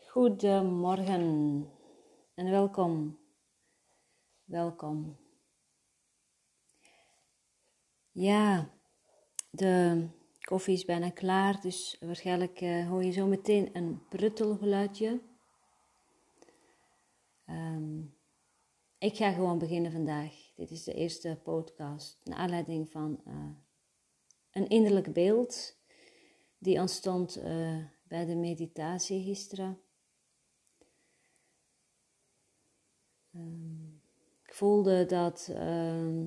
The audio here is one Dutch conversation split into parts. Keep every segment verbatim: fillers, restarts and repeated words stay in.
Goedemorgen en welkom. Welkom. Ja, de koffie is bijna klaar, dus waarschijnlijk uh, hoor je zo meteen een pruttelgeluidje. Um, ik ga gewoon beginnen vandaag. Dit is de eerste podcast naar aanleiding van uh, een innerlijk beeld die ontstond uh, bij de meditatie gisteren. Um, ik voelde dat, uh,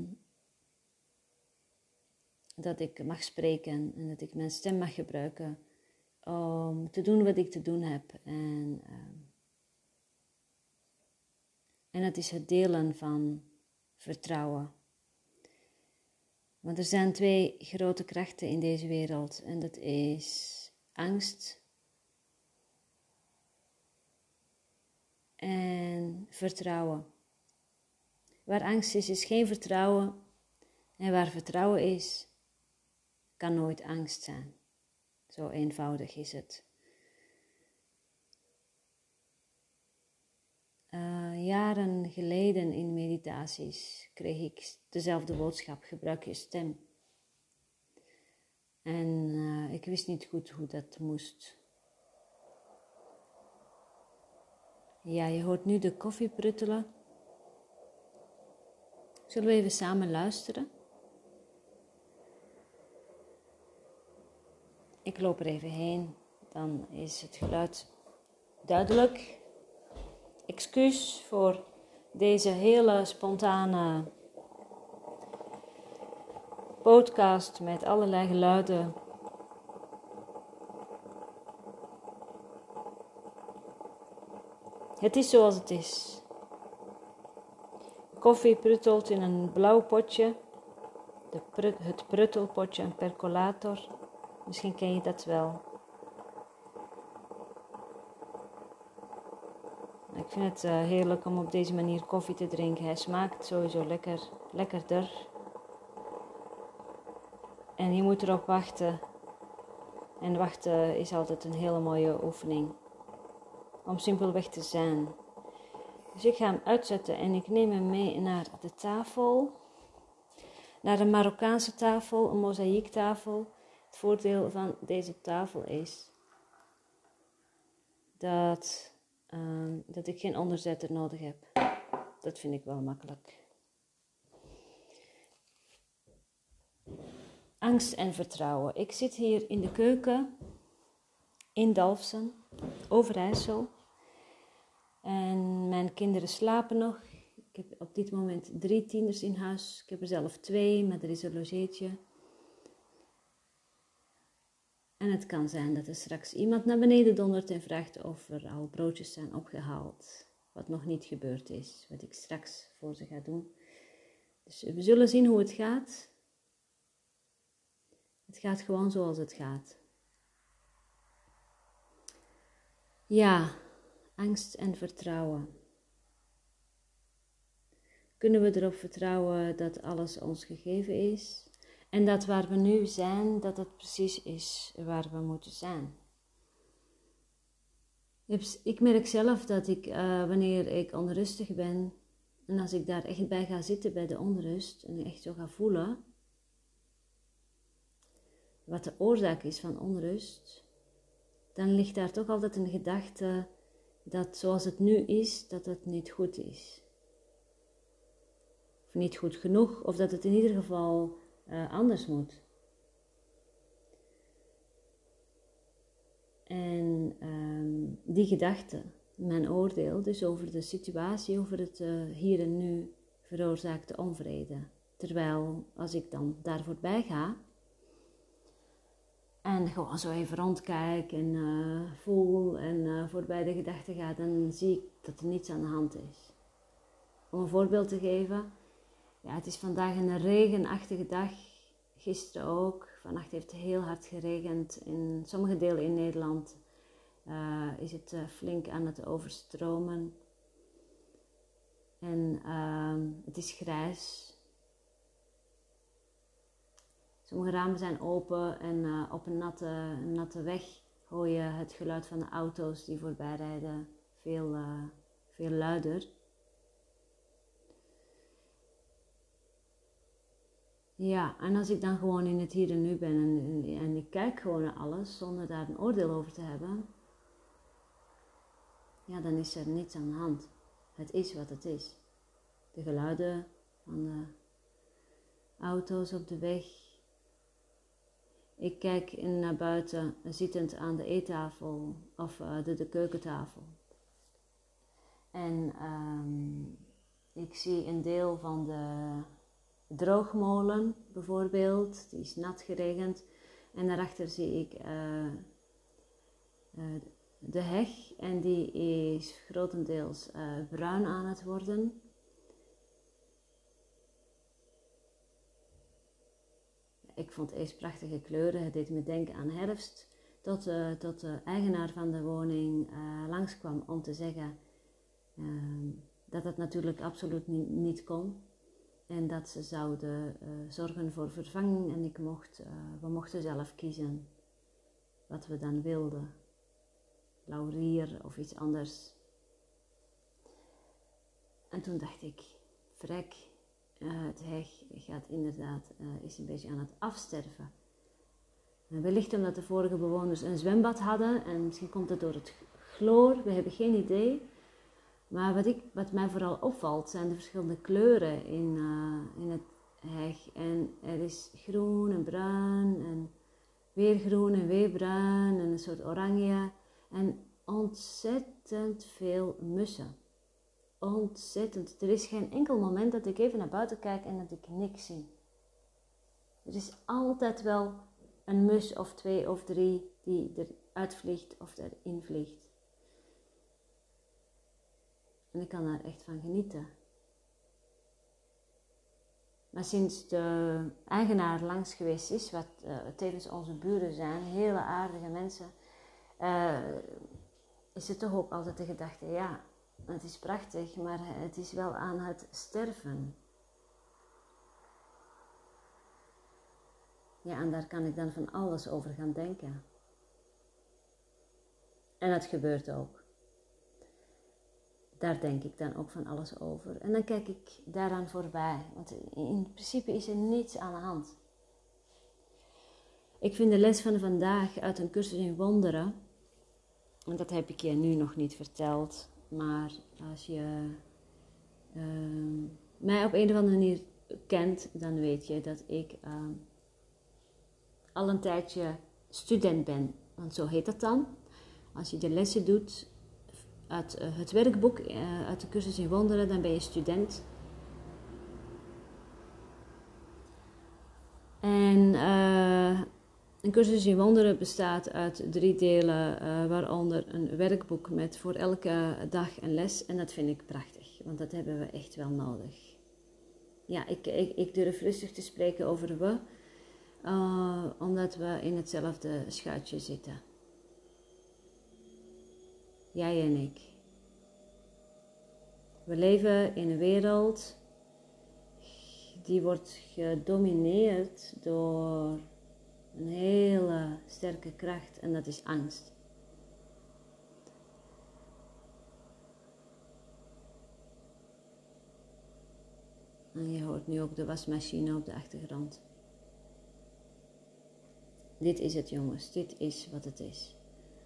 dat ik mag spreken en dat ik mijn stem mag gebruiken om te doen wat ik te doen heb. En, uh, en dat is het delen van vertrouwen. Want er zijn twee grote krachten in deze wereld en dat is angst en vertrouwen. Waar angst is, is geen vertrouwen. En waar vertrouwen is, kan nooit angst zijn. Zo eenvoudig is het. Uh, jaren geleden in meditaties kreeg ik dezelfde boodschap: gebruik je stem. En uh, ik wist niet goed hoe dat moest. Ja, je hoort nu de koffie pruttelen. Zullen we even samen luisteren? Ik loop er even heen, dan is het geluid duidelijk. Excuus voor deze hele spontane podcast met allerlei geluiden. Het is zoals het is. Koffie pruttelt in een blauw potje, de prut, het pruttelpotje, een percolator. Misschien ken je dat wel. Ik vind het uh, heerlijk om op deze manier koffie te drinken. Hij smaakt sowieso lekker, lekkerder. En je moet erop wachten. En wachten is altijd een hele mooie oefening. Om simpelweg te zijn. Dus ik ga hem uitzetten en ik neem hem mee naar de tafel. Naar een Marokkaanse tafel, een mozaïektafel. Het voordeel van deze tafel is dat, uh, dat ik geen onderzetter nodig heb. Dat vind ik wel makkelijk. Angst en vertrouwen. Ik zit hier in de keuken in Dalfsen, Overijssel. En mijn kinderen slapen nog. Ik heb op dit moment drie tieners in huis. Ik heb er zelf twee, maar er is een logeetje. En het kan zijn dat er straks iemand naar beneden dondert en vraagt of er al broodjes zijn opgehaald. Wat nog niet gebeurd is, wat ik straks voor ze ga doen. Dus we zullen zien hoe het gaat. Het gaat gewoon zoals het gaat. Ja, angst en vertrouwen. Kunnen we erop vertrouwen dat alles ons gegeven is? En dat waar we nu zijn, dat het precies is waar we moeten zijn. Ik merk zelf dat ik, uh, wanneer ik onrustig ben, en als ik daar echt bij ga zitten bij de onrust, en echt zo ga voelen, wat de oorzaak is van onrust, dan ligt daar toch altijd een gedachte dat zoals het nu is, dat het niet goed is. Of niet goed genoeg, of dat het in ieder geval Uh, anders moet. En um, die gedachte, mijn oordeel, dus over de situatie, over het uh, hier en nu, veroorzaakt de onvrede. Terwijl, als ik dan daar voorbij ga en gewoon zo even rondkijk en uh, voel en uh, voorbij de gedachte ga, dan zie ik dat er niets aan de hand is. Om een voorbeeld te geven, ja, het is vandaag een regenachtige dag. Gisteren ook. Vannacht heeft het heel hard geregend. In sommige delen in Nederland uh, is het uh, flink aan het overstromen. En uh, het is grijs. Sommige ramen zijn open en uh, op een natte, een natte weg gooien het geluid van de auto's die voorbij rijden veel, uh, veel luider. Ja, en als ik dan gewoon in het hier en nu ben en, en ik kijk gewoon naar alles zonder daar een oordeel over te hebben, ja, dan is er niets aan de hand. Het is wat het is. De geluiden van de auto's op de weg. Ik kijk naar buiten, zittend aan de eettafel of uh, de, de keukentafel. En um, ik zie een deel van de droogmolen bijvoorbeeld, die is nat geregend. En daarachter zie ik uh, uh, de heg en die is grotendeels uh, bruin aan het worden. Ik vond het eerst prachtige kleuren, het deed me denken aan herfst. Tot, uh, tot de eigenaar van de woning uh, langskwam om te zeggen uh, dat het natuurlijk absoluut niet, niet kon. En dat ze zouden uh, zorgen voor vervanging en ik mocht, uh, we mochten zelf kiezen wat we dan wilden. Laurier of iets anders. En toen dacht ik, vrek, uh, het heg gaat inderdaad, uh, is een beetje aan het afsterven. En wellicht omdat de vorige bewoners een zwembad hadden en misschien komt het door het chloor, we hebben geen idee. Maar wat, ik, wat mij vooral opvalt zijn de verschillende kleuren in, uh, in het heg. En er is groen en bruin en weer groen en weer bruin en een soort oranje. En ontzettend veel mussen. Ontzettend. Er is geen enkel moment dat ik even naar buiten kijk en dat ik niks zie. Er is altijd wel een mus of twee of drie die eruit vliegt of erin vliegt. En ik kan daar echt van genieten. Maar sinds de eigenaar langs geweest is, wat uh, tevens onze buren zijn, hele aardige mensen, uh, is er toch ook altijd de gedachte, ja, het is prachtig, maar het is wel aan het sterven. Ja, en daar kan ik dan van alles over gaan denken. En dat gebeurt ook. Daar denk ik dan ook van alles over. En dan kijk ik daaraan voorbij. Want in principe is er niets aan de hand. Ik vind de les van vandaag uit een cursus in wonderen. En dat heb ik je nu nog niet verteld. Maar als je uh, mij op een of andere manier kent, dan weet je dat ik uh, al een tijdje student ben. Want zo heet dat dan. Als je de lessen doet uit uh, het werkboek, uh, uit de cursus in wonderen, dan ben je student. En uh, een cursus in wonderen bestaat uit drie delen, uh, waaronder een werkboek met voor elke dag een les. En dat vind ik prachtig, want dat hebben we echt wel nodig. Ja, ik, ik, ik durf rustig te spreken over we, uh, omdat we in hetzelfde schuitje zitten. Jij en ik. We leven in een wereld die wordt gedomineerd door een hele sterke kracht en dat is angst. En je hoort nu ook de wasmachine op de achtergrond. Dit is het, jongens, dit is wat het is.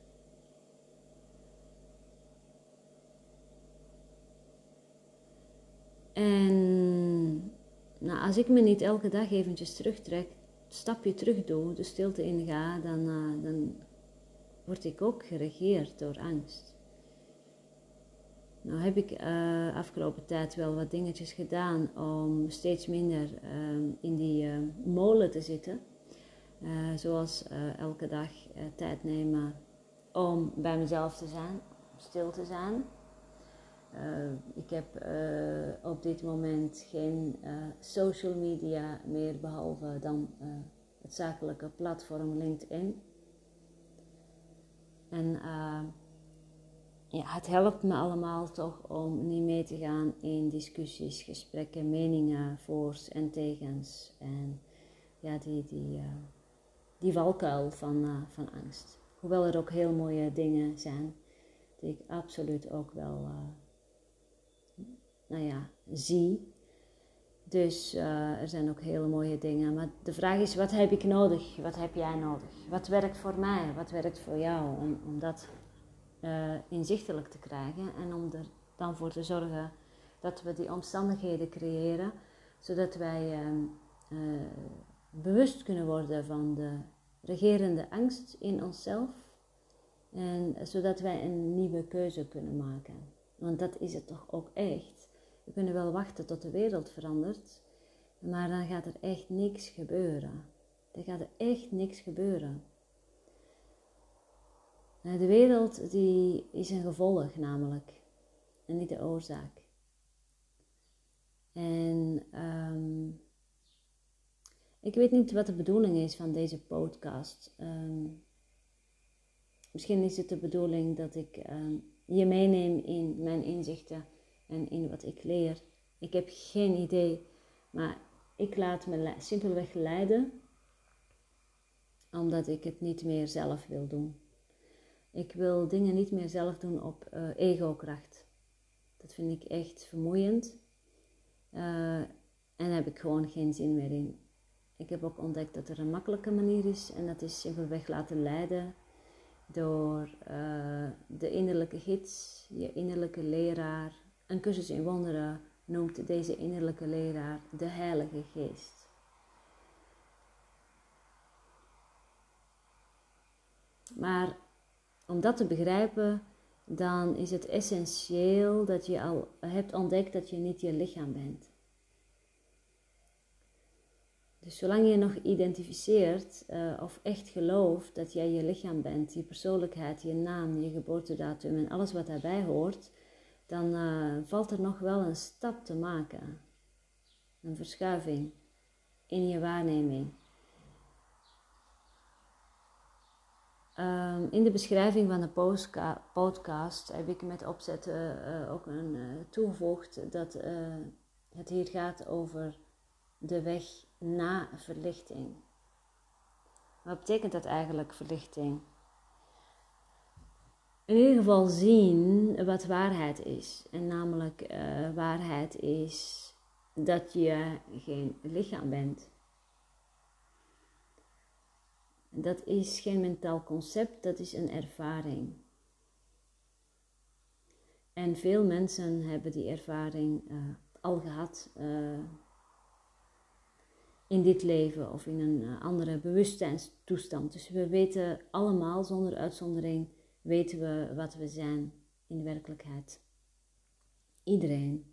En nou, als ik me niet elke dag eventjes terugtrek, een stapje terug doe, de stilte inga, dan, uh, dan word ik ook geregeerd door angst. Nou heb ik uh, afgelopen tijd wel wat dingetjes gedaan om steeds minder uh, in die uh, molen te zitten. Uh, zoals uh, elke dag uh, tijd nemen om bij mezelf te zijn, stil te zijn. Uh, ik heb uh, op dit moment geen uh, social media meer, behalve dan uh, het zakelijke platform LinkedIn. En uh, ja, het helpt me allemaal toch om niet mee te gaan in discussies, gesprekken, meningen, voor's en tegens. En ja, die, die, uh, die valkuil van, uh, van angst. Hoewel er ook heel mooie dingen zijn die ik absoluut ook wel, uh, nou ja, zie. Dus uh, er zijn ook hele mooie dingen. Maar de vraag is, wat heb ik nodig? Wat heb jij nodig? Wat werkt voor mij? Wat werkt voor jou? Om, om dat uh, inzichtelijk te krijgen. En om er dan voor te zorgen dat we die omstandigheden creëren. Zodat wij uh, uh, bewust kunnen worden van de regerende angst in onszelf. En zodat wij een nieuwe keuze kunnen maken. Want dat is het toch ook echt. We kunnen wel wachten tot de wereld verandert, maar dan gaat er echt niks gebeuren. Er gaat er echt niks gebeuren. De wereld die is een gevolg namelijk, en niet de oorzaak. En um, ik weet niet wat de bedoeling is van deze podcast. Um, misschien is het de bedoeling dat ik um, je meeneem in mijn inzichten en in wat ik leer. Ik heb geen idee, maar ik laat me simpelweg leiden, omdat ik het niet meer zelf wil doen. Ik wil dingen niet meer zelf doen op uh, ego-kracht. Dat vind ik echt vermoeiend. Uh, en daar heb ik gewoon geen zin meer in. Ik heb ook ontdekt dat er een makkelijke manier is, en dat is simpelweg laten leiden door uh, de innerlijke gids, je innerlijke leraar. Een cursus in wonderen noemt deze innerlijke leraar de Heilige Geest. Maar om dat te begrijpen, dan is het essentieel dat je al hebt ontdekt dat je niet je lichaam bent. Dus zolang je nog identificeert uh, of echt gelooft dat jij je lichaam bent, je persoonlijkheid, je naam, je geboortedatum en alles wat daarbij hoort, dan uh, valt er nog wel een stap te maken. Een verschuiving in je waarneming. Um, in de beschrijving van de postka- podcast heb ik met opzet uh, uh, ook een, uh, toegevoegd dat uh, het hier gaat over de weg na verlichting. Wat betekent dat eigenlijk, verlichting? In ieder geval zien wat waarheid is. En namelijk uh, waarheid is dat je geen lichaam bent. Dat is geen mentaal concept, dat is een ervaring. En veel mensen hebben die ervaring uh, al gehad uh, in dit leven of in een uh, andere bewustzijnstoestand. Dus we weten allemaal, zonder uitzondering, weten we wat we zijn in de werkelijkheid. Iedereen.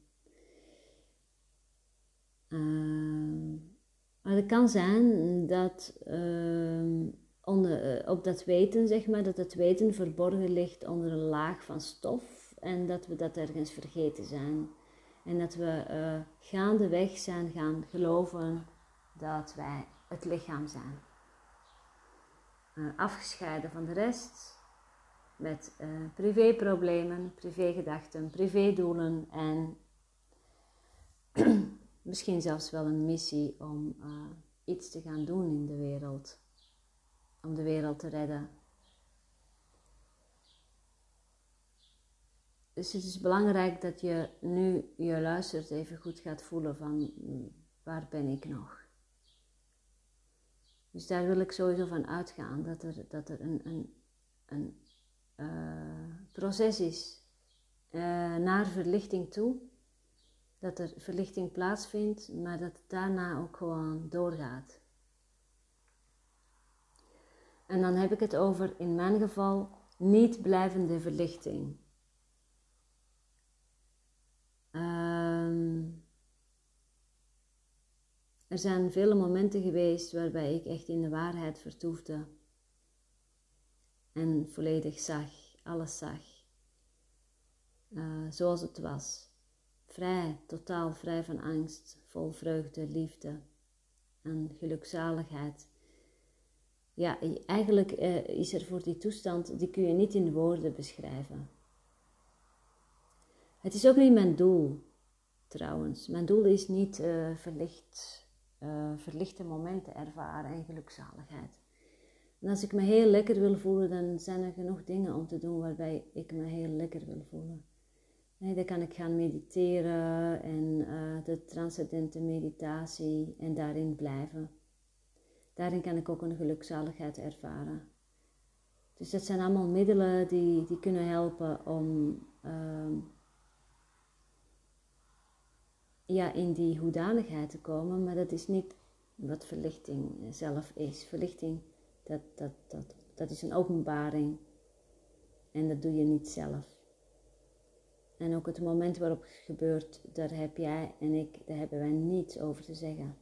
Uh, maar het kan zijn dat uh, onder, uh, op dat weten, zeg maar, dat het weten verborgen ligt onder een laag van stof en dat we dat ergens vergeten zijn. En dat we uh, gaandeweg zijn gaan geloven dat wij het lichaam zijn. Uh, afgescheiden van de rest, met uh, privéproblemen, privégedachten, privédoelen en misschien zelfs wel een missie om uh, iets te gaan doen in de wereld. Om de wereld te redden. Dus het is belangrijk dat je nu je luistert even goed gaat voelen van waar ben ik nog. Dus daar wil ik sowieso van uitgaan dat er, dat er een, een, een uh, proces is uh, naar verlichting toe. Dat er verlichting plaatsvindt, maar dat het daarna ook gewoon doorgaat. En dan heb ik het over, in mijn geval, niet blijvende verlichting. Um, er zijn vele momenten geweest waarbij ik echt in de waarheid vertoefde. En volledig zag, alles zag. Uh, zoals het was. Vrij, totaal vrij van angst, vol vreugde, liefde en gelukzaligheid. Ja, eigenlijk uh, is er voor die toestand, die kun je niet in woorden beschrijven. Het is ook niet mijn doel, trouwens. Mijn doel is niet uh, verlicht, uh, verlichte momenten ervaren en gelukzaligheid. En als ik me heel lekker wil voelen, dan zijn er genoeg dingen om te doen waarbij ik me heel lekker wil voelen. Nee, dan kan ik gaan mediteren en uh, de transcendente meditatie en daarin blijven. Daarin kan ik ook een gelukzaligheid ervaren. Dus dat zijn allemaal middelen die, die kunnen helpen om uh, ja, in die hoedanigheid te komen. Maar dat is niet wat verlichting zelf is. Verlichting, dat, dat, dat, dat is een openbaring. En dat doe je niet zelf. En ook het moment waarop het gebeurt, daar heb jij en ik, daar hebben wij niets over te zeggen.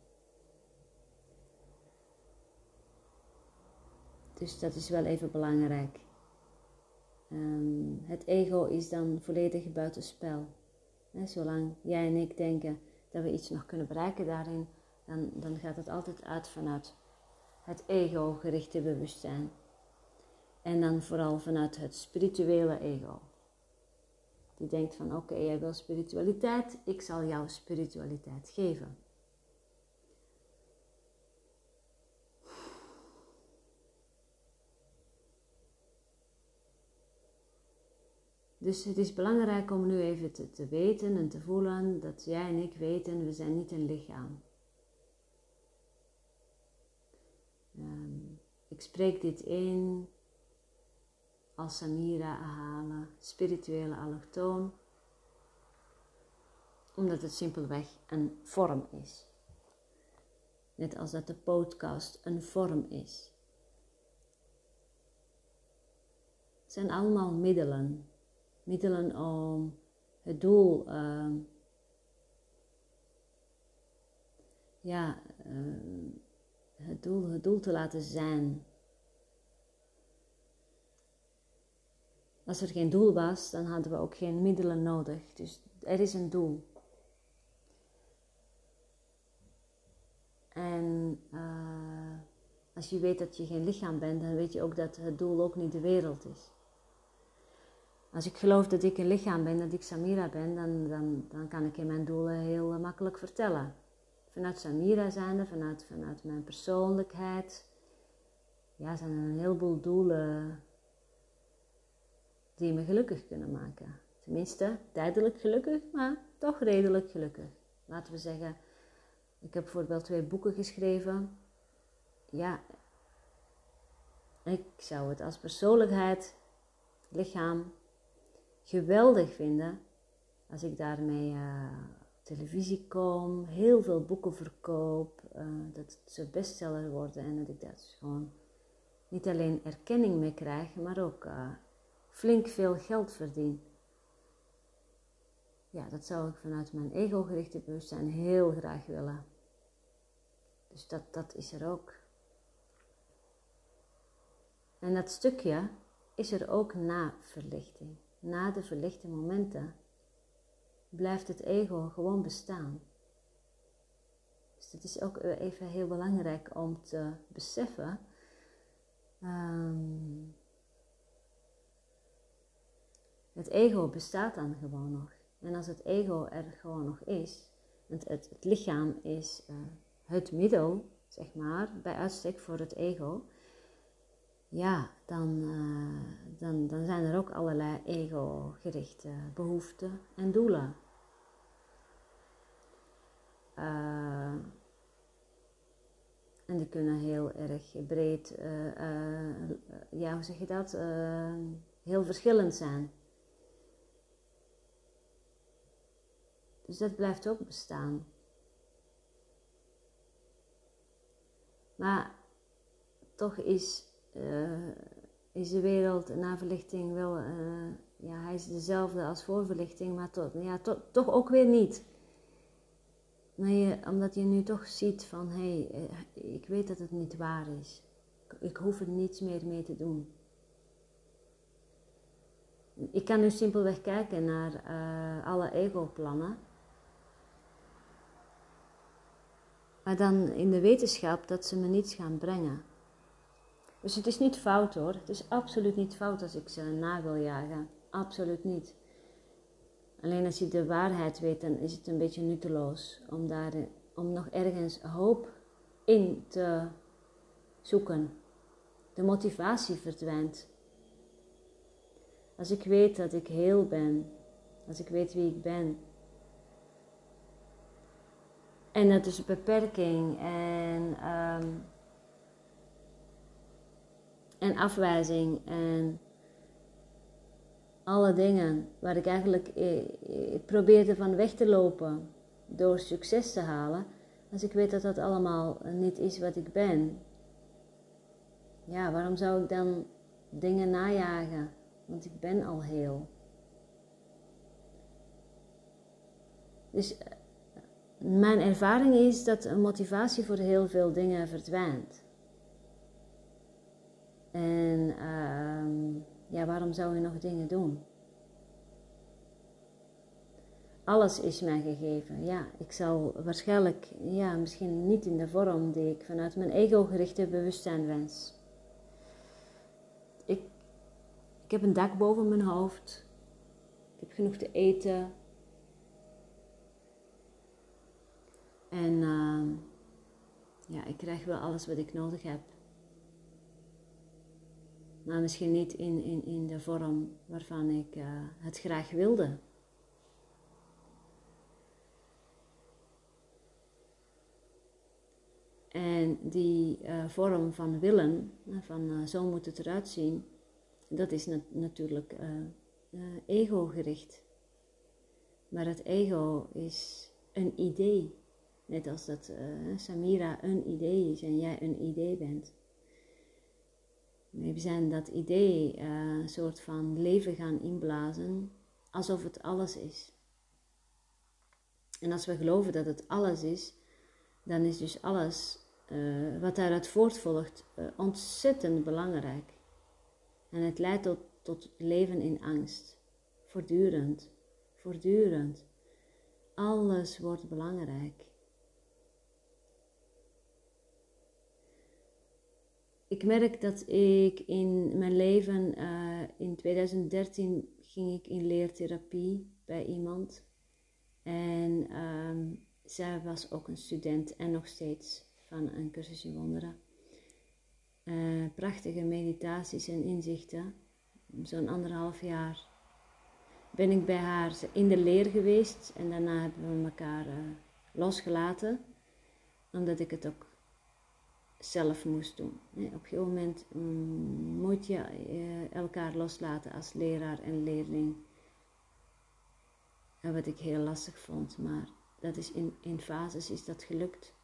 Dus dat is wel even belangrijk. Um, het ego is dan volledig buitenspel. He, zolang jij en ik denken dat we iets nog kunnen bereiken daarin, dan, dan gaat het altijd uit vanuit het ego-gerichte bewustzijn. En dan vooral vanuit het spirituele ego. Die denkt van oké, okay, jij wil spiritualiteit, ik zal jou spiritualiteit geven. Dus het is belangrijk om nu even te, te weten en te voelen dat jij en ik weten, we zijn niet een lichaam. Um, ik spreek dit in als Samira Ahala, spirituele allochtoon, omdat het simpelweg een vorm is. Net als dat de podcast een vorm is. Het zijn allemaal middelen. Middelen om het doel, uh, ja, uh, het doel, het doel te laten zijn. Als er geen doel was, dan hadden we ook geen middelen nodig. Dus er is een doel. En uh, als je weet dat je geen lichaam bent, dan weet je ook dat het doel ook niet de wereld is. Als ik geloof dat ik een lichaam ben, dat ik Samira ben, dan, dan, dan kan ik in mijn doelen heel uh, makkelijk vertellen. Vanuit Samira zijnde, vanuit, vanuit mijn persoonlijkheid. Ja, zijn er een heleboel doelen die me gelukkig kunnen maken. Tenminste, tijdelijk gelukkig, maar toch redelijk gelukkig. Laten we zeggen, ik heb bijvoorbeeld twee boeken geschreven. Ja, ik zou het als persoonlijkheid, lichaam, geweldig vinden als ik daarmee uh, op televisie kom, heel veel boeken verkoop, uh, dat het zo bestseller worden en dat ik daar dus gewoon niet alleen erkenning mee krijg, maar ook uh, flink veel geld verdien. Ja, dat zou ik vanuit mijn ego-gerichte bewustzijn heel graag willen. Dus dat, dat is er ook. En dat stukje is er ook na verlichting. Na de verlichte momenten blijft het ego gewoon bestaan. Dus dat is ook even heel belangrijk om te beseffen. Um, het ego bestaat dan gewoon nog. En als het ego er gewoon nog is, het, het, het lichaam is uh, het middel, zeg maar, bij uitstek voor het ego. Ja, dan, uh, dan, dan zijn er ook allerlei ego-gerichte behoeften en doelen. Uh, en die kunnen heel erg breed, uh, uh, ja, hoe zeg je dat, uh, heel verschillend zijn. Dus dat blijft ook bestaan. Maar toch is... Uh, is de wereld na verlichting wel, uh, ja, hij is dezelfde als voor verlichting, maar to, ja, to, toch ook weer niet. Maar je, omdat je nu toch ziet van, hé, hey, uh, ik weet dat het niet waar is. Ik, ik hoef er niets meer mee te doen. Ik kan nu simpelweg kijken naar uh, alle ego-plannen. Maar dan in de wetenschap dat ze me niets gaan brengen. Dus het is niet fout hoor, het is absoluut niet fout als ik ze na wil jagen, absoluut niet. Alleen als je de waarheid weet, dan is het een beetje nutteloos om, daar, om nog ergens hoop in te zoeken. De motivatie verdwijnt. Als ik weet dat ik heel ben, als ik weet wie ik ben. En dat is beperking en, um, en afwijzing en alle dingen waar ik eigenlijk eh, probeerde van weg te lopen door succes te halen. Als ik weet dat dat allemaal niet is wat ik ben. Ja, waarom zou ik dan dingen najagen? Want ik ben al heel. Dus mijn ervaring is dat een motivatie voor heel veel dingen verdwijnt. En uh, ja, waarom zou je nog dingen doen? Alles is mij gegeven. Ja, ik zal waarschijnlijk, ja, misschien niet in de vorm die ik vanuit mijn ego-gerichte bewustzijn wens. Ik, ik heb een dak boven mijn hoofd. Ik heb genoeg te eten. En uh, ja, ik krijg wel alles wat ik nodig heb. Maar misschien niet in, in, in de vorm waarvan ik uh, het graag wilde. En die uh, vorm van willen, van uh, zo moet het eruit zien, dat is nat- natuurlijk uh, uh, ego-gericht. Maar het ego is een idee. Net als dat uh, Samira een idee is en jij een idee bent. We zijn dat idee uh, een soort van leven gaan inblazen, alsof het alles is. En als we geloven dat het alles is, dan is dus alles uh, wat daaruit voortvolgt uh, ontzettend belangrijk. En het leidt tot, tot leven in angst. Voortdurend, voortdurend. Alles wordt belangrijk. Ik merk dat ik in mijn leven, uh, in twintig dertien ging ik in leertherapie bij iemand. En um, zij was ook een student en nog steeds van een cursus in wonderen. Uh, prachtige meditaties en inzichten. Zo'n anderhalf jaar ben ik bij haar in de leer geweest. En daarna hebben we elkaar uh, losgelaten. Omdat ik het ook zelf moest doen. Op een gegeven moment um, moet je uh, elkaar loslaten als leraar en leerling. En wat ik heel lastig vond, maar dat is in, in fases is dat gelukt.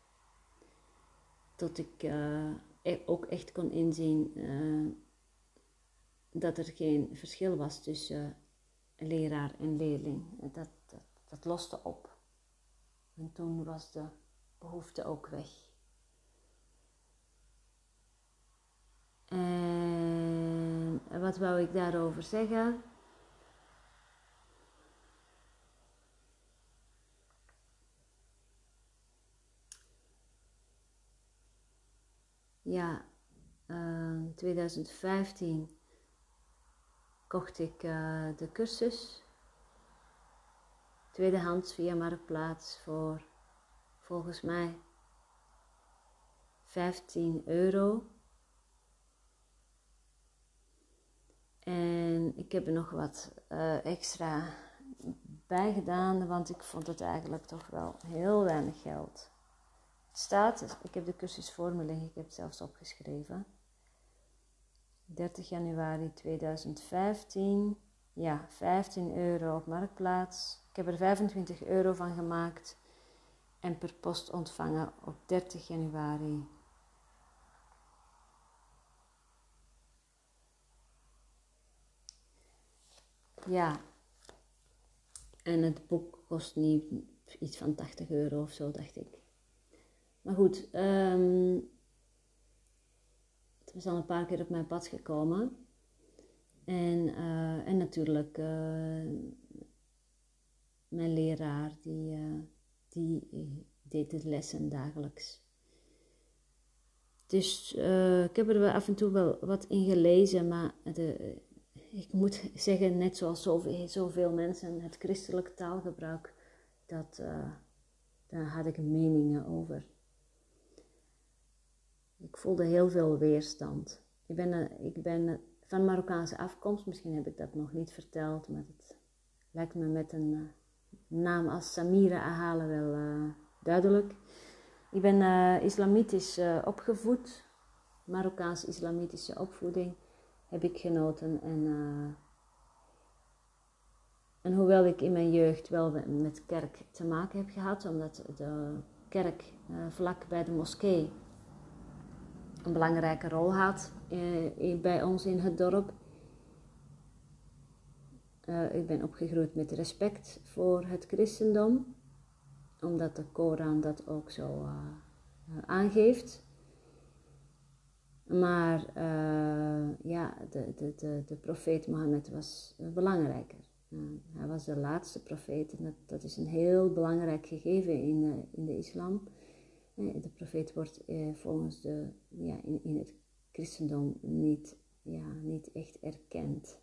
Tot ik uh, ook echt kon inzien uh, dat er geen verschil was tussen uh, leraar en leerling. Dat, dat, dat loste op. En toen was de behoefte ook weg. En wat wou ik daarover zeggen? Ja, uh, twintig vijftien kocht ik uh, de cursus. Tweedehands via Marktplaats voor volgens mij vijftien euro. En ik heb er nog wat uh, extra bij gedaan, want ik vond het eigenlijk toch wel heel weinig geld. Het staat, ik heb de cursus voor me liggen, ik heb het zelfs opgeschreven. dertig januari tweeduizend vijftien, ja, vijftien euro op Marktplaats. Ik heb er vijfentwintig euro van gemaakt en per post ontvangen op dertig januari. Ja, en het boek kost niet iets van tachtig euro of zo, dacht ik. Maar goed, um, het is al een paar keer op mijn pad gekomen. En, uh, en natuurlijk uh, mijn leraar, die, uh, die deed de lessen dagelijks. Dus uh, ik heb er wel af en toe wel wat in gelezen, maar de, ik moet zeggen, net zoals zoveel, zoveel mensen, het christelijk taalgebruik, dat, uh, daar had ik meningen over. Ik voelde heel veel weerstand. ik ben, uh, ik ben uh, van Marokkaanse afkomst, misschien heb ik dat nog niet verteld, maar het lijkt me met een uh, naam als Samira Ahale wel uh, duidelijk. Ik ben uh, islamitisch uh, opgevoed, Marokkaans-islamitische opvoeding heb ik genoten. En, uh, en hoewel ik in mijn jeugd wel met kerk te maken heb gehad, omdat de kerk uh, vlak bij de moskee een belangrijke rol had uh, bij ons in het dorp. Uh, ik ben opgegroeid met respect voor het christendom, omdat de Koran dat ook zo uh, uh, aangeeft. Maar uh, ja, de, de, de, de profeet Mohammed was uh, belangrijker. Uh, hij was de laatste profeet en dat, dat is een heel belangrijk gegeven in, uh, in de islam. Uh, de profeet wordt uh, volgens de, ja, in, in het christendom niet, ja, niet echt erkend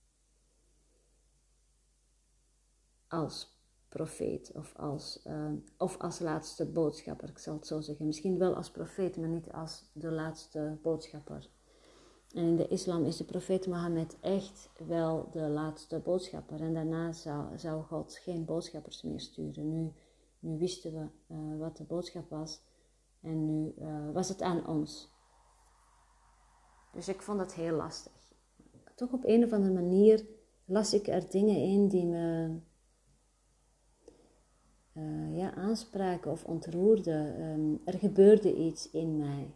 als profeet of als, uh, of als laatste boodschapper, ik zal het zo zeggen. Misschien wel als profeet, maar niet als de laatste boodschapper. En in de islam is de profeet Mohammed echt wel de laatste boodschapper. En daarna zou, zou God geen boodschappers meer sturen. Nu, nu wisten we uh, wat de boodschap was en nu uh, was het aan ons. Dus ik vond dat heel lastig. Toch op een of andere manier las ik er dingen in die me Uh, ja, aanspraken of ontroerden. Um, er gebeurde iets in mij.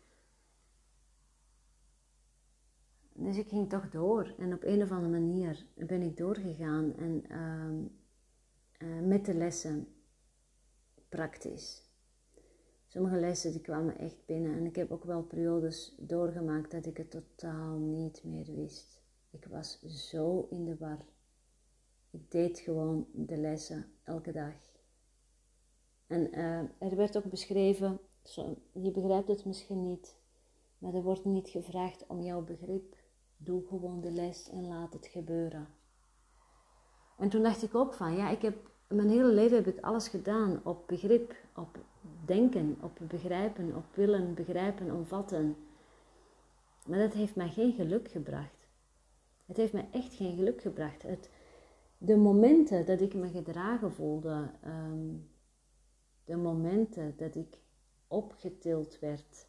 Dus ik ging toch door. En op een of andere manier ben ik doorgegaan. En uh, uh, met de lessen praktisch. Sommige lessen die kwamen echt binnen. En ik heb ook wel periodes doorgemaakt dat ik het totaal niet meer wist. Ik was zo in de war. Ik deed gewoon de lessen elke dag. En uh, er werd ook beschreven, zo, je begrijpt het misschien niet, maar er wordt niet gevraagd om jouw begrip. Doe gewoon de les en laat het gebeuren. En toen dacht ik ook van, ja, ik heb, mijn hele leven heb ik alles gedaan op begrip, op denken, op begrijpen, op willen begrijpen, omvatten. Maar dat heeft mij geen geluk gebracht. Het heeft mij echt geen geluk gebracht. Het, de momenten dat ik me gedragen voelde... Um, De momenten dat ik opgetild werd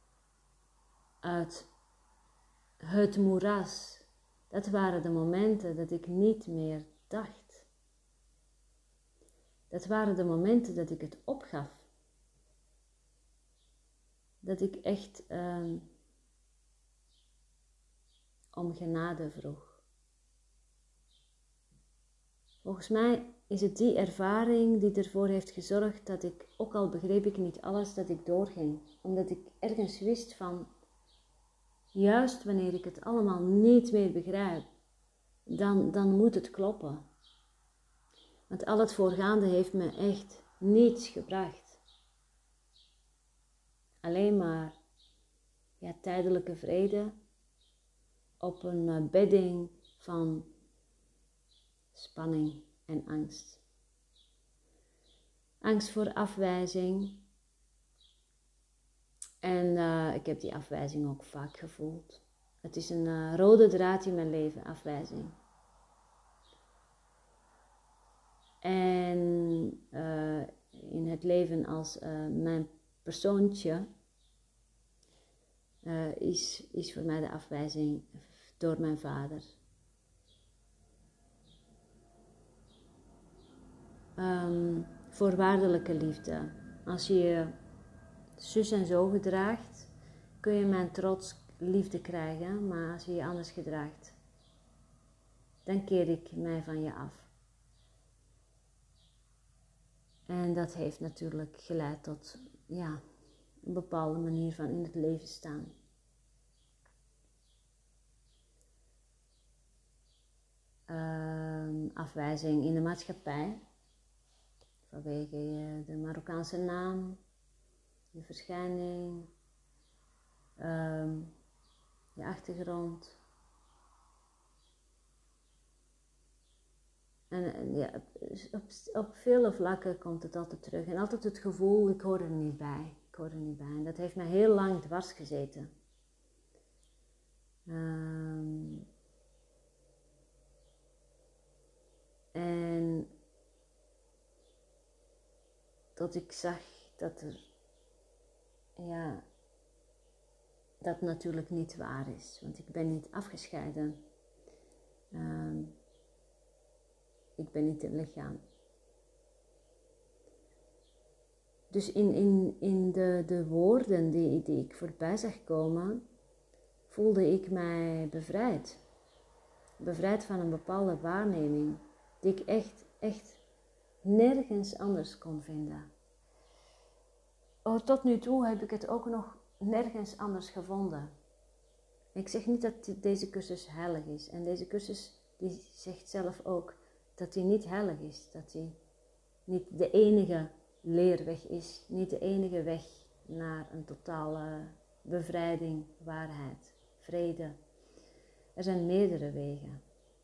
uit het moeras, dat waren de momenten dat ik niet meer dacht. Dat waren de momenten dat ik het opgaf. Dat ik echt uh, om genade vroeg. Volgens mij is het die ervaring die ervoor heeft gezorgd dat ik, ook al begreep ik niet alles, dat ik doorging. Omdat ik ergens wist van, juist wanneer ik het allemaal niet meer begrijp, dan, dan moet het kloppen. Want al het voorgaande heeft me echt niets gebracht. Alleen maar ja, tijdelijke vrede op een bedding van spanning en angst. Angst voor afwijzing. En uh, ik heb die afwijzing ook vaak gevoeld. Het is een uh, rode draad in mijn leven, afwijzing. En uh, in het leven als uh, mijn persoontje uh, is, is voor mij de afwijzing door mijn vader. Um, voorwaardelijke liefde. Als je je zus en zo gedraagt, kun je mijn trots liefde krijgen, maar als je je anders gedraagt, dan keer ik mij van je af. En dat heeft natuurlijk geleid tot ja, een bepaalde manier van in het leven staan. Um, afwijzing in de maatschappij. Vanwege je de Marokkaanse naam, je verschijning, um, je achtergrond. En, en ja, op, op vele vlakken komt het altijd terug. En altijd het gevoel, ik hoor er niet bij. Ik hoor er niet bij. En dat heeft mij heel lang dwars gezeten. Um, en tot ik zag dat er, ja, dat natuurlijk niet waar is, want ik ben niet afgescheiden. Um, ik ben niet een lichaam. Dus in, in, in de, de woorden die, die ik voorbij zag komen, voelde ik mij bevrijd. Bevrijd van een bepaalde waarneming die ik echt, echt nergens anders kon vinden. Oh, tot nu toe heb ik het ook nog nergens anders gevonden. Ik zeg niet dat deze cursus heilig is. En deze cursus die zegt zelf ook dat die niet heilig is. Dat die niet de enige leerweg is. Niet de enige weg naar een totale bevrijding, waarheid, vrede. Er zijn meerdere wegen.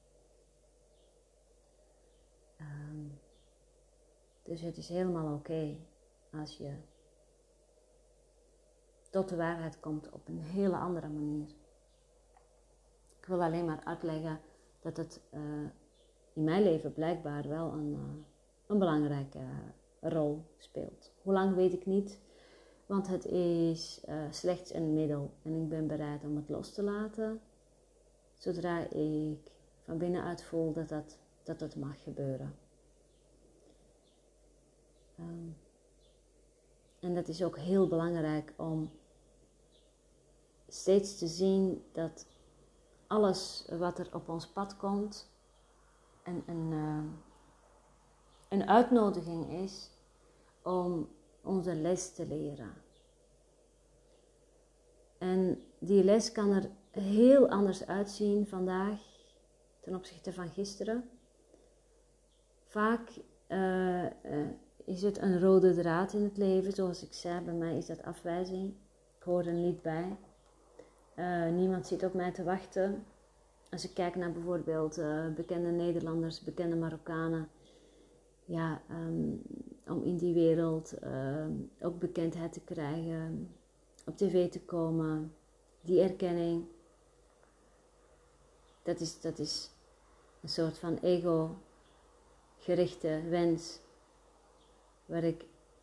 Um, dus het is helemaal oké okay als je tot de waarheid komt op een hele andere manier. Ik wil alleen maar uitleggen dat het uh, in mijn leven blijkbaar wel een, uh, een belangrijke uh, rol speelt. Hoe lang weet ik niet, want het is uh, slechts een middel en ik ben bereid om het los te laten, zodra ik van binnenuit voel dat dat, dat, dat mag gebeuren. Um, en dat is ook heel belangrijk om steeds te zien dat alles wat er op ons pad komt een, een, uh, een uitnodiging is om onze les te leren. En die les kan er heel anders uitzien vandaag ten opzichte van gisteren. Vaak uh, uh, is het een rode draad in het leven, zoals ik zei, bij mij is dat afwijzing. Ik hoor er niet bij. Uh, niemand zit op mij te wachten. Als ik kijk naar bijvoorbeeld uh, bekende Nederlanders, bekende Marokkanen. Ja, um, om in die wereld uh, ook bekendheid te krijgen, op tv te komen, die erkenning. Dat is, dat is een soort van ego-gerichte wens, waar ik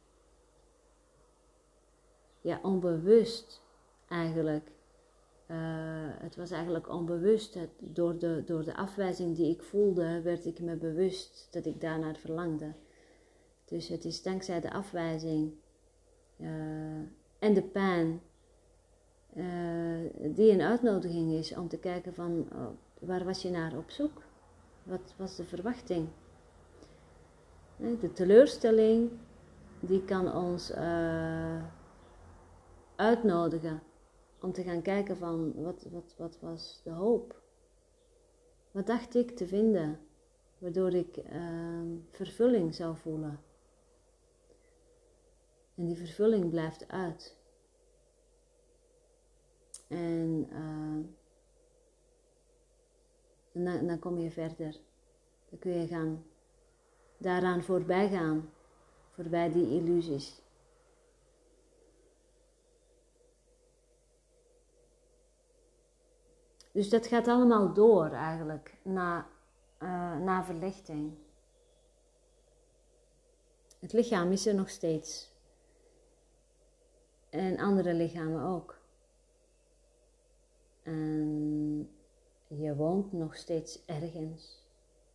ja, onbewust eigenlijk, uh, het was eigenlijk onbewust, het, door, de, door de afwijzing die ik voelde, werd ik me bewust dat ik daarnaar verlangde. Dus het is dankzij de afwijzing uh, en de pijn uh, die een uitnodiging is om te kijken van oh, waar was je naar op zoek? Wat was de verwachting? De teleurstelling die kan ons uh, uitnodigen om te gaan kijken van wat, wat, wat was de hoop? Wat dacht ik te vinden waardoor ik uh, vervulling zou voelen? En die vervulling blijft uit. En, uh, en dan, dan kom je verder. Dan kun je gaan, daaraan voorbij gaan. Voorbij die illusies. Dus dat gaat allemaal door eigenlijk, na, uh, na verlichting. Het lichaam is er nog steeds. En andere lichamen ook. En je woont nog steeds ergens.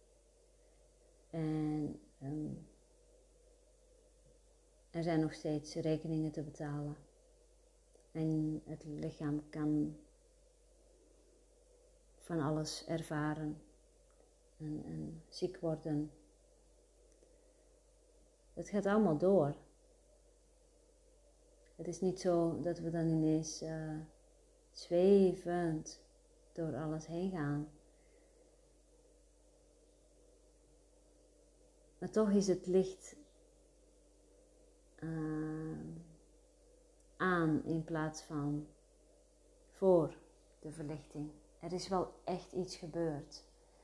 En um, er zijn nog steeds rekeningen te betalen. En het lichaam kan van alles ervaren. En, en ziek worden. Het gaat allemaal door. Het is niet zo dat we dan ineens uh, zwevend door alles heen gaan. Maar toch is het licht uh, aan in plaats van voor de verlichting. Er is wel echt iets gebeurd.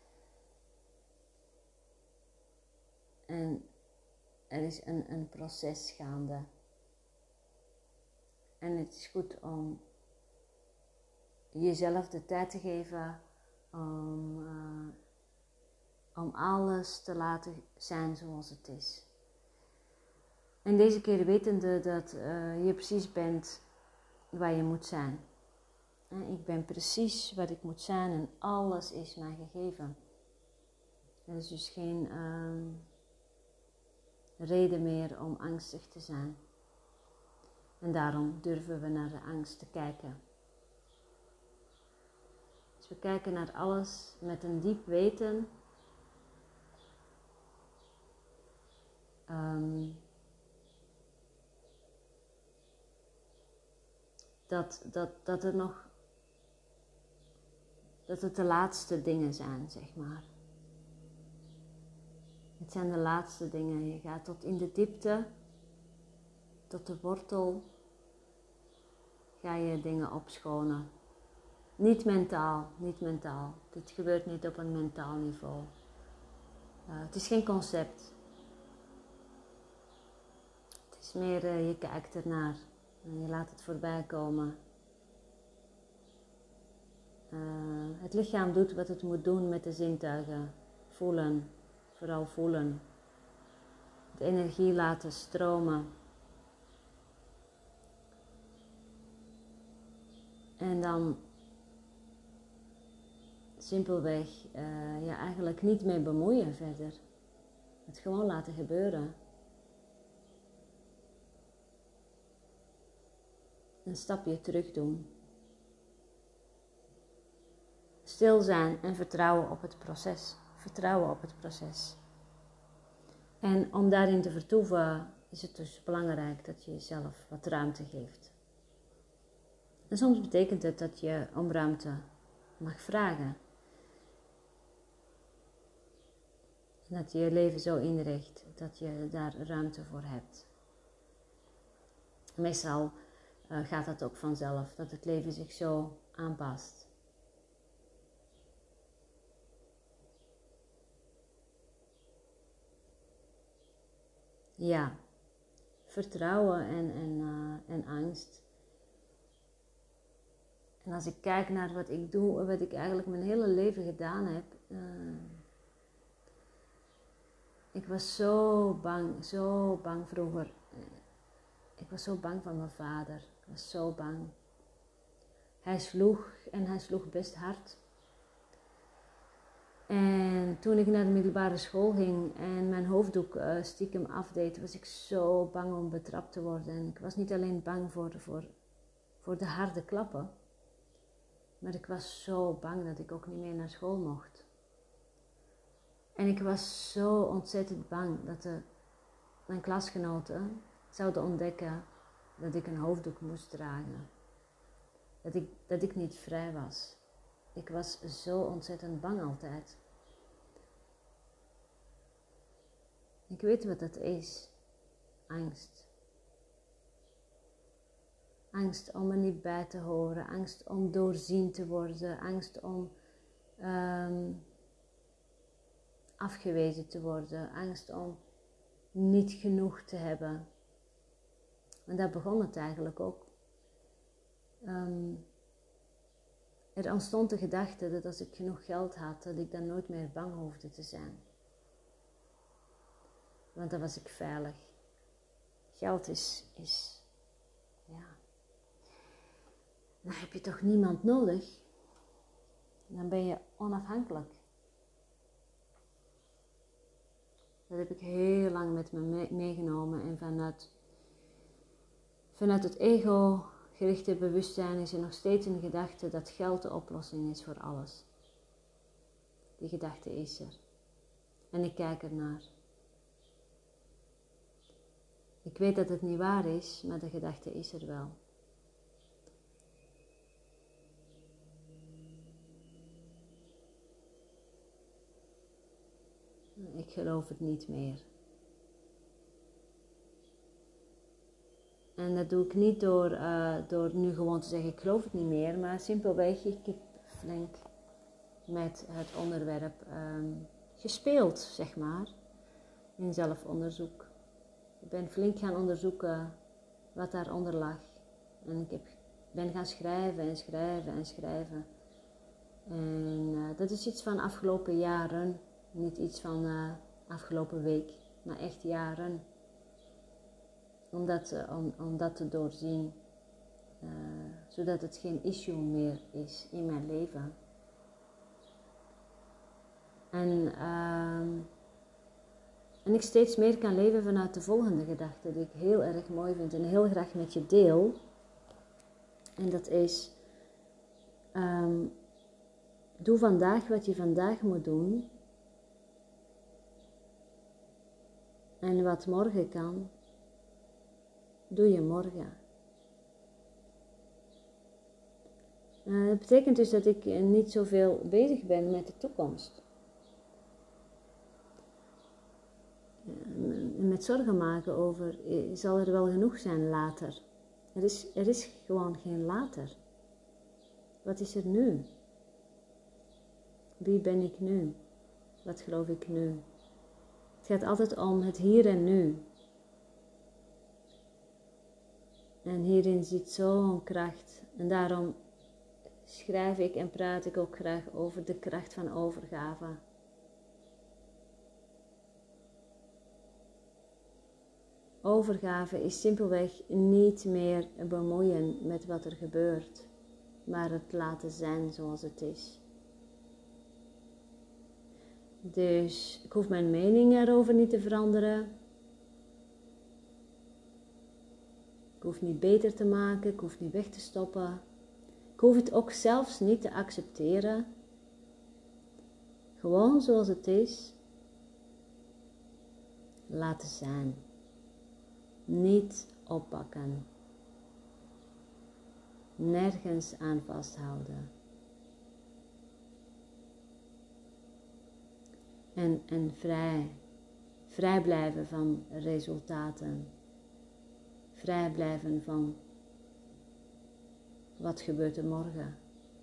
En er is een, een proces gaande. En het is goed om jezelf de tijd te geven om, uh, om alles te laten zijn zoals het is. En deze keer wetende dat uh, je precies bent waar je moet zijn. En ik ben precies wat ik moet zijn en alles is mij gegeven. Er is dus geen uh, reden meer om angstig te zijn. En daarom durven we naar de angst te kijken. Dus we kijken naar alles met een diep weten. Um, dat, dat, dat er nog, dat het de laatste dingen zijn, zeg maar. Het zijn de laatste dingen. Je gaat tot in de diepte, tot de wortel, ga je dingen opschonen. Niet mentaal, niet mentaal. Dit gebeurt niet op een mentaal niveau. Uh, het is geen concept. Het is meer, uh, je kijkt ernaar en je laat het voorbij komen. Uh, het lichaam doet wat het moet doen met de zintuigen. Voelen, vooral voelen. De energie laten stromen. En dan simpelweg uh, je eigenlijk niet mee bemoeien verder. Het gewoon laten gebeuren. Een stapje terug doen. Stil zijn en vertrouwen op het proces. Vertrouwen op het proces. En om daarin te vertoeven is het dus belangrijk dat je jezelf wat ruimte geeft. En soms betekent het dat je om ruimte mag vragen. En dat je je leven zo inricht dat je daar ruimte voor hebt. Meestal uh, gaat dat ook vanzelf, dat het leven zich zo aanpast. Ja, vertrouwen en, en, uh, en angst. En als ik kijk naar wat ik doe, wat ik eigenlijk mijn hele leven gedaan heb. Uh, ik was zo bang, zo bang vroeger. Ik was zo bang van mijn vader. Ik was zo bang. Hij sloeg en hij sloeg best hard. En toen ik naar de middelbare school ging en mijn hoofddoek uh, stiekem afdeed, was ik zo bang om betrapt te worden. En ik was niet alleen bang voor, voor, voor de harde klappen, maar ik was zo bang dat ik ook niet meer naar school mocht. En ik was zo ontzettend bang dat de, mijn klasgenoten zouden ontdekken dat ik een hoofddoek moest dragen. Dat ik, dat ik niet vrij was. Ik was zo ontzettend bang altijd. Ik weet wat dat is. Angst. Angst om er niet bij te horen. Angst om doorzien te worden. Angst om um, afgewezen te worden. Angst om niet genoeg te hebben. En daar begon het eigenlijk ook. Um, er ontstond de gedachte dat als ik genoeg geld had, dat ik dan nooit meer bang hoefde te zijn. Want dan was ik veilig. Geld is, is, ja. Dan heb je toch niemand nodig? Dan ben je onafhankelijk. Dat heb ik heel lang met me meegenomen en vanuit, vanuit het ego gerichte bewustzijn is er nog steeds een gedachte dat geld de oplossing is voor alles. Die gedachte is er. En ik kijk ernaar. Ik weet dat het niet waar is, maar de gedachte is er wel. Ik geloof het niet meer. En dat doe ik niet door, uh, door nu gewoon te zeggen ik geloof het niet meer, maar simpelweg ik heb flink met het onderwerp um, gespeeld, zeg maar, in zelfonderzoek. Ik ben flink gaan onderzoeken wat daaronder lag. En ik heb ben gaan schrijven en schrijven en schrijven. En uh, dat is iets van afgelopen jaren, niet iets van uh, afgelopen week, maar echt jaren. Om dat, uh, om, om dat te doorzien, uh, zodat het geen issue meer is in mijn leven. En, uh, en ik steeds meer kan leven vanuit de volgende gedachte, die ik heel erg mooi vind en heel graag met je deel. En dat is, um, doe vandaag wat je vandaag moet doen. En wat morgen kan, doe je morgen. Uh, dat betekent dus dat ik niet zoveel bezig ben met de toekomst. Uh, met zorgen maken over, zal er wel genoeg zijn later. Er is, er is gewoon geen later. Wat is er nu? Wie ben ik nu? Wat geloof ik nu? Het gaat altijd om het hier en nu. En hierin zit zo'n kracht. En daarom schrijf ik en praat ik ook graag over de kracht van overgave. Overgave is simpelweg niet meer bemoeien met wat er gebeurt, maar het laten zijn zoals het is. Dus ik hoef mijn mening erover niet te veranderen. Ik hoef niet beter te maken, ik hoef niet weg te stoppen. Ik hoef het ook zelfs niet te accepteren. Gewoon zoals het is. Laten zijn. Niet oppakken. Nergens aan vasthouden. En, en vrij. Vrij blijven van resultaten. Vrij blijven van wat gebeurt er morgen.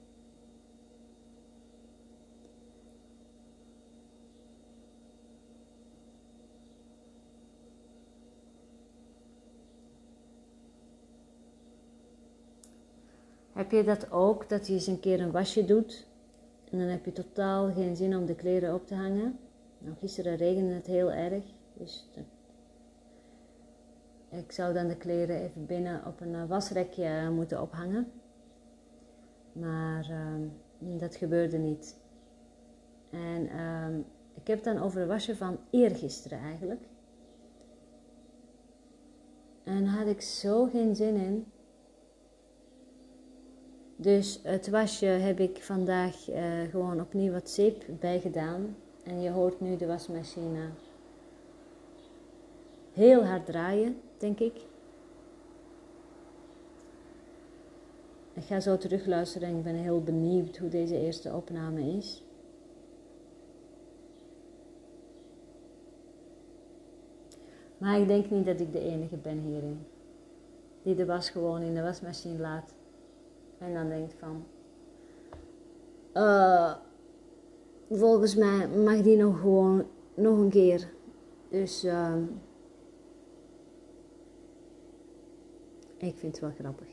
Heb je dat ook, dat je eens een keer een wasje doet en dan heb je totaal geen zin om de kleren op te hangen? Nou, gisteren regende het heel erg, dus de, ik zou dan de kleren even binnen op een wasrekje moeten ophangen. Maar uh, dat gebeurde niet. En uh, ik heb het dan over het wasje van eergisteren eigenlijk. En daar had ik zo geen zin in. Dus het wasje heb ik vandaag uh, gewoon opnieuw wat zeep bij gedaan. En je hoort nu de wasmachine heel hard draaien, denk ik. Ik ga zo terugluisteren en ik ben heel benieuwd hoe deze eerste opname is. Maar ik denk niet dat ik de enige ben hierin. Die de was gewoon in de wasmachine laat. En dan denkt van... Uh, volgens mij mag die nog gewoon nog een keer. Dus... Uh, ik vind het wel grappig.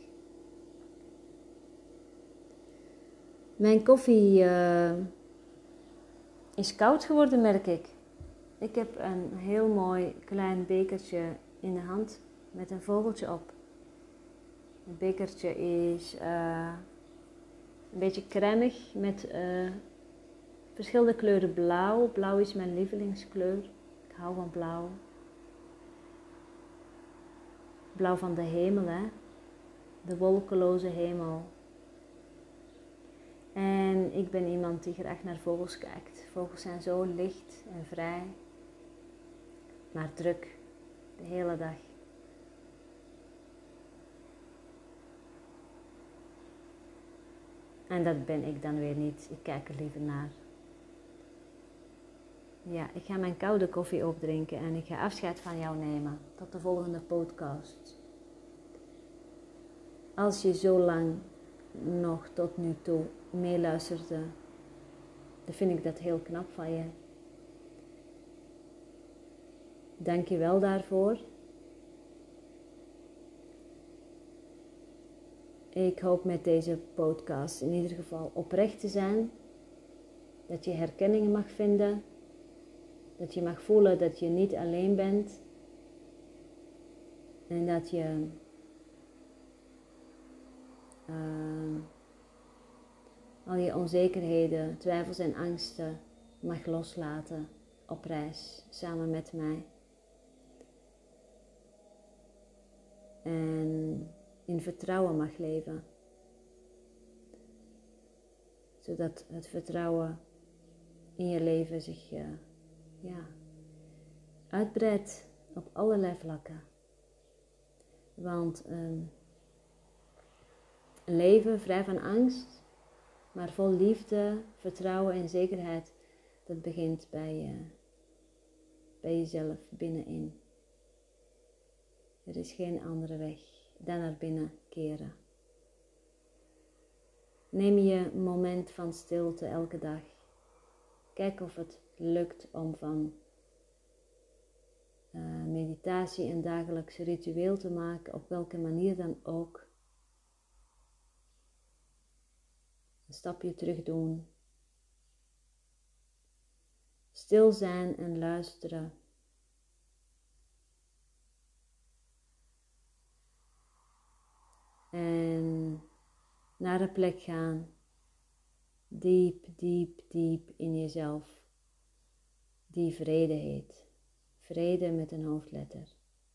Mijn koffie uh, is koud geworden, merk ik. Ik heb een heel mooi klein bekertje in de hand met een vogeltje op. Het bekertje is uh, een beetje cremig met uh, verschillende kleuren blauw. Blauw is mijn lievelingskleur. Ik hou van blauw. Blauw van de hemel, hè. De wolkeloze hemel. En ik ben iemand die graag naar vogels kijkt. Vogels zijn zo licht en vrij. Maar druk. De hele dag. En dat ben ik dan weer niet. Ik kijk er liever naar. Ja, ik ga mijn koude koffie opdrinken en ik ga afscheid van jou nemen. Tot de volgende podcast. Als je zo lang nog tot nu toe meeluisterde, dan vind ik dat heel knap van je. Dank je wel daarvoor. ik hoop met deze podcast in ieder geval oprecht te zijn. Dat je herkenning mag vinden. Dat je mag voelen dat je niet alleen bent. En dat je uh, al je onzekerheden, twijfels en angsten mag loslaten op reis samen met mij. En in vertrouwen mag leven. Zodat het vertrouwen in je leven zich uh, ja, uitbreidt op allerlei vlakken. Want um, een leven vrij van angst, maar vol liefde, vertrouwen en zekerheid, dat begint bij, uh, bij jezelf binnenin. Er is geen andere weg dan naar binnen keren. Neem je een moment van stilte elke dag. Kijk of het lukt om van uh, meditatie een dagelijks ritueel te maken, op welke manier dan ook. Een stapje terug doen. Stil zijn en luisteren. En naar een plek gaan. Diep, diep, diep in jezelf. Die vrede heet. Vrede met een hoofdletter.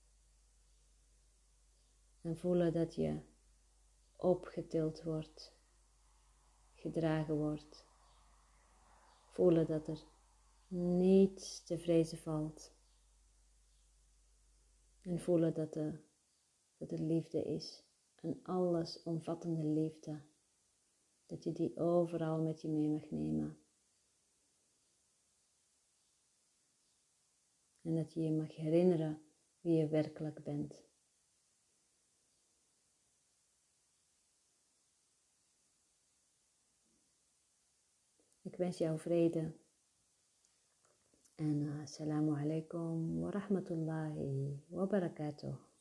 En voelen dat je opgetild wordt. Gedragen wordt. Voelen dat er niets te vrezen valt. En voelen dat er, dat er liefde is. Een allesomvattende liefde. Dat je die overal met je mee mag nemen. En dat je je mag herinneren wie je werkelijk bent. Ik wens jou vrede. En uh, assalamu alaikum wa rahmatullahi wa barakatuh.